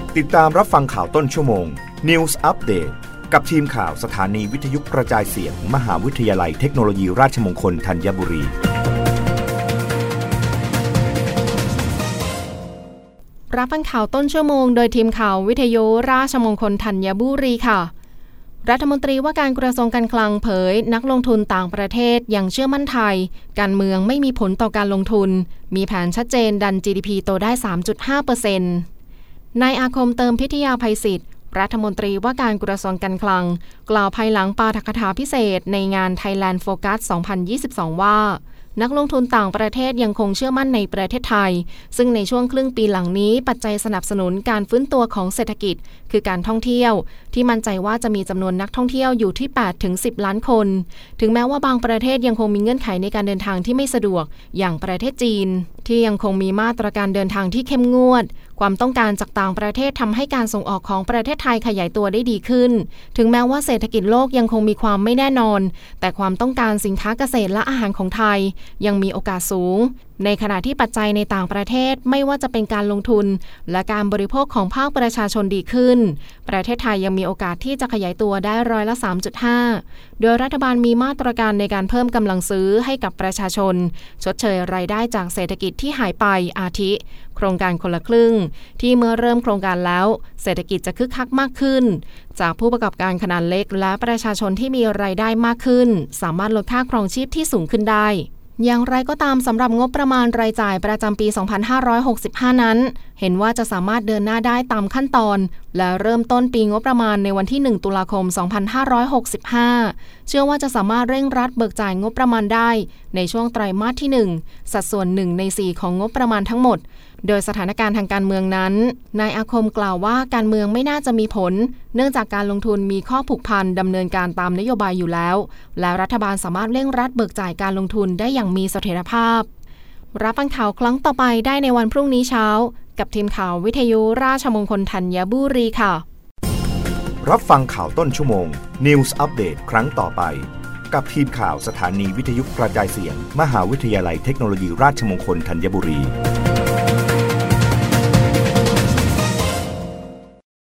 ติดตามรับฟังข่าวต้นชั่วโมง News Update กับทีมข่าวสถานีวิทยุกระจายเสียง มหาวิทยาลัยเทคโนโลยีราชมงคลธัญบุรีรับฟังข่าวต้นชั่วโมงโดยทีมข่าววิทยุราชมงคลธัญบุรีค่ะรัฐมนตรีว่าการกระทรวงการคลังเผยนักลงทุนต่างประเทศยังเชื่อมั่นไทยการเมืองไม่มีผลต่อการลงทุนมีแผนชัดเจนดัน GDP โตได้ 3.5% นายอาคมเติมพิทยาภัยศิษย์รัฐมนตรีว่าการกระทรวงการคลังกล่าวภายหลังปาฐกถาพิเศษในงาน Thailand Focus 2022 ว่านักลงทุนต่างประเทศยังคงเชื่อมั่นในประเทศไทยซึ่งในช่วงครึ่งปีหลังนี้ปัจจัยสนับสนุนการฟื้นตัวของเศรษฐกิจคือการท่องเที่ยวที่มั่นใจว่าจะมีจำนวนนักท่องเที่ยวอยู่ที่ 8-10 ล้านคนถึงแม้ว่าบางประเทศยังคงมีเงื่อนไขในการเดินทางที่ไม่สะดวกอย่างประเทศจีนที่ยังคงมีมาตรการเดินทางที่เข้มงวดความต้องการจากต่างประเทศทำให้การส่งออกของประเทศไทยขยายตัวได้ดีขึ้นถึงแม้ว่าเศรษฐกิจโลกยังคงมีความไม่แน่นอนแต่ความต้องการสินค้าเกษตรและอาหารของไทยยังมีโอกาสสูงในขณะที่ปัจจัยในต่างประเทศไม่ว่าจะเป็นการลงทุนและการบริโภคของภาคประชาชนดีขึ้นประเทศไทยยังมีโอกาสที่จะขยายตัวได้ร้อยละ 3.5 โดยรัฐบาลมีมาตรการในการเพิ่มกำลังซื้อให้กับประชาชนชดเชยรายได้จากเศรษฐกิจที่หายไปอาทิโครงการคนละครึ่งที่เมื่อเริ่มโครงการแล้วเศรษฐกิจจะคึกคักมากขึ้นจากผู้ประกอบการขนาดเล็กและประชาชนที่มีรายได้มากขึ้นสามารถลดค่าครองชีพที่สูงขึ้นได้อย่างไรก็ตามสำหรับงบประมาณรายจ่ายประจำปี 2565 นั้นเห็นว่าจะสามารถเดินหน้าได้ตามขั้นตอนและเริ่มต้นปีงบประมาณในวันที่ 1 ตุลาคม 2565 เชื่อว่าจะสามารถเร่งรัดเบิกจ่ายงบประมาณได้ในช่วงไตรมาสที่ 1 สัดส่วน 1 ใน 4 ของงบประมาณทั้งหมดโดยสถานการณ์ทางการเมืองนั้นนายอาคมกล่าวว่าการเมืองไม่น่าจะมีผลเนื่องจากการลงทุนมีข้อผูกพันดำเนินการตามนโยบายอยู่แล้วและรัฐบาลสามารถเร่งรัดเบิกจ่ายการลงทุนได้อย่างมีเสถียรภาพรับฟังข่าวครั้งต่อไปได้ในวันพรุ่งนี้เช้ากับทีมข่าววิทยุราชมงคลธัญบุรีค่ะรับฟังข่าวต้นชั่วโมง News Update ครั้งต่อไปกับทีมข่าวสถานีวิทยุกระจายเสียงมหาวิทยาลัยเทคโนโลยีราชมงคลธัญบุรี